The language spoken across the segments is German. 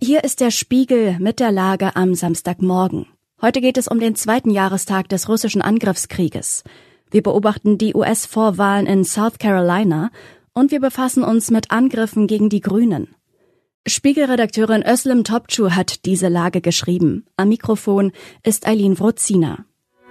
Hier ist der Spiegel mit der Lage am Samstagmorgen. Heute geht es um den 2. Jahrestag des russischen Angriffskrieges. Wir beobachten die US-Vorwahlen in South Carolina und wir befassen uns mit Angriffen gegen die Grünen. Spiegelredakteurin Özlem Topçu hat diese Lage geschrieben. Am Mikrofon ist Eileen Wrozina.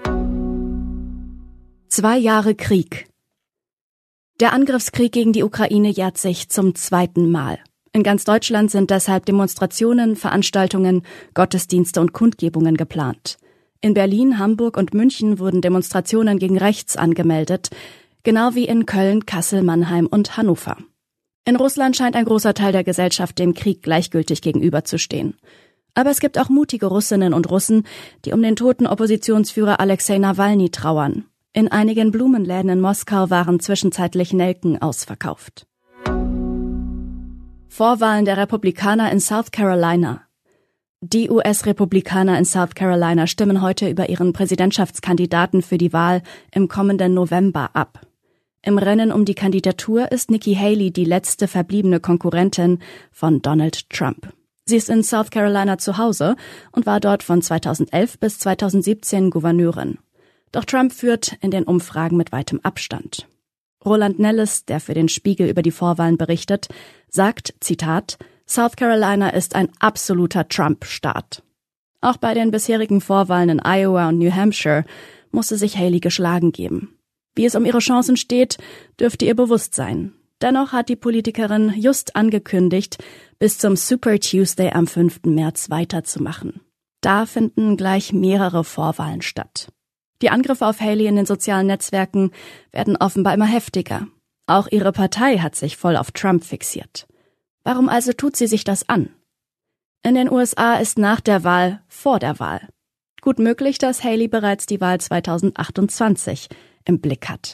2 Jahre Krieg. Der Angriffskrieg gegen die Ukraine jährt sich zum 2. Mal. In ganz Deutschland sind deshalb Demonstrationen, Veranstaltungen, Gottesdienste und Kundgebungen geplant. In Berlin, Hamburg und München wurden Demonstrationen gegen rechts angemeldet, genau wie in Köln, Kassel, Mannheim und Hannover. In Russland scheint ein großer Teil der Gesellschaft dem Krieg gleichgültig gegenüberzustehen. Aber es gibt auch mutige Russinnen und Russen, die um den toten Oppositionsführer Alexei Nawalny trauern. In einigen Blumenläden in Moskau waren zwischenzeitlich Nelken ausverkauft. Vorwahlen der Republikaner in South Carolina. Die US-Republikaner in South Carolina stimmen heute über ihren Präsidentschaftskandidaten für die Wahl im kommenden November ab. Im Rennen um die Kandidatur ist Nikki Haley die letzte verbliebene Konkurrentin von Donald Trump. Sie ist in South Carolina zu Hause und war dort von 2011 bis 2017 Gouverneurin. Doch Trump führt in den Umfragen mit weitem Abstand. Roland Nelles, der für den Spiegel über die Vorwahlen berichtet, sagt, Zitat, South Carolina ist ein absoluter Trump-Staat. Auch bei den bisherigen Vorwahlen in Iowa und New Hampshire musste sich Haley geschlagen geben. Wie es um ihre Chancen steht, dürfte ihr bewusst sein. Dennoch hat die Politikerin just angekündigt, bis zum Super Tuesday am 5. März weiterzumachen. Da finden gleich mehrere Vorwahlen statt. Die Angriffe auf Haley in den sozialen Netzwerken werden offenbar immer heftiger. Auch ihre Partei hat sich voll auf Trump fixiert. Warum also tut sie sich das an? In den USA ist nach der Wahl vor der Wahl. Gut möglich, dass Haley bereits die Wahl 2028 im Blick hat.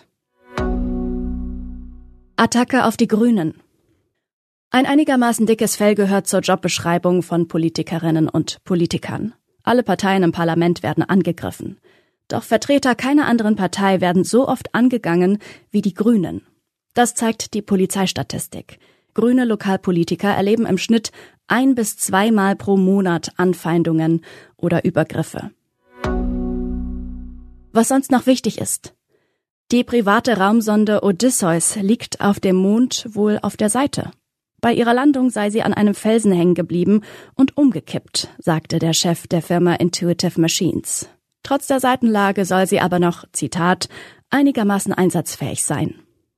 Attacke auf die Grünen. Ein einigermaßen dickes Fell gehört zur Jobbeschreibung von Politikerinnen und Politikern. Alle Parteien im Parlament werden angegriffen. Doch Vertreter keiner anderen Partei werden so oft angegangen wie die Grünen. Das zeigt die Polizeistatistik. Grüne Lokalpolitiker erleben im Schnitt 1 bis 2 Mal pro Monat Anfeindungen oder Übergriffe. Was sonst noch wichtig ist: Die private Raumsonde Odysseus liegt auf dem Mond wohl auf der Seite. Bei ihrer Landung sei sie an einem Felsen hängen geblieben und umgekippt, sagte der Chef der Firma Intuitive Machines. Trotz der Seitenlage soll sie aber noch, Zitat, einigermaßen einsatzfähig sein.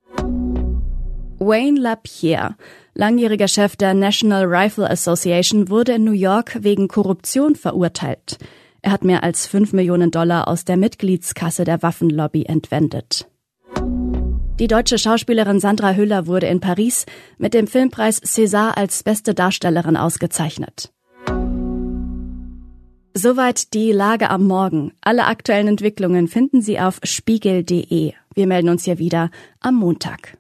Wayne LaPierre, langjähriger Chef der National Rifle Association, wurde in New York wegen Korruption verurteilt. Er hat mehr als $5 Millionen aus der Mitgliedskasse der Waffenlobby entwendet. Die deutsche Schauspielerin Sandra Hüller wurde in Paris mit dem Filmpreis César als beste Darstellerin ausgezeichnet. Soweit die Lage am Morgen. Alle aktuellen Entwicklungen finden Sie auf spiegel.de. Wir melden uns hier wieder am Montag.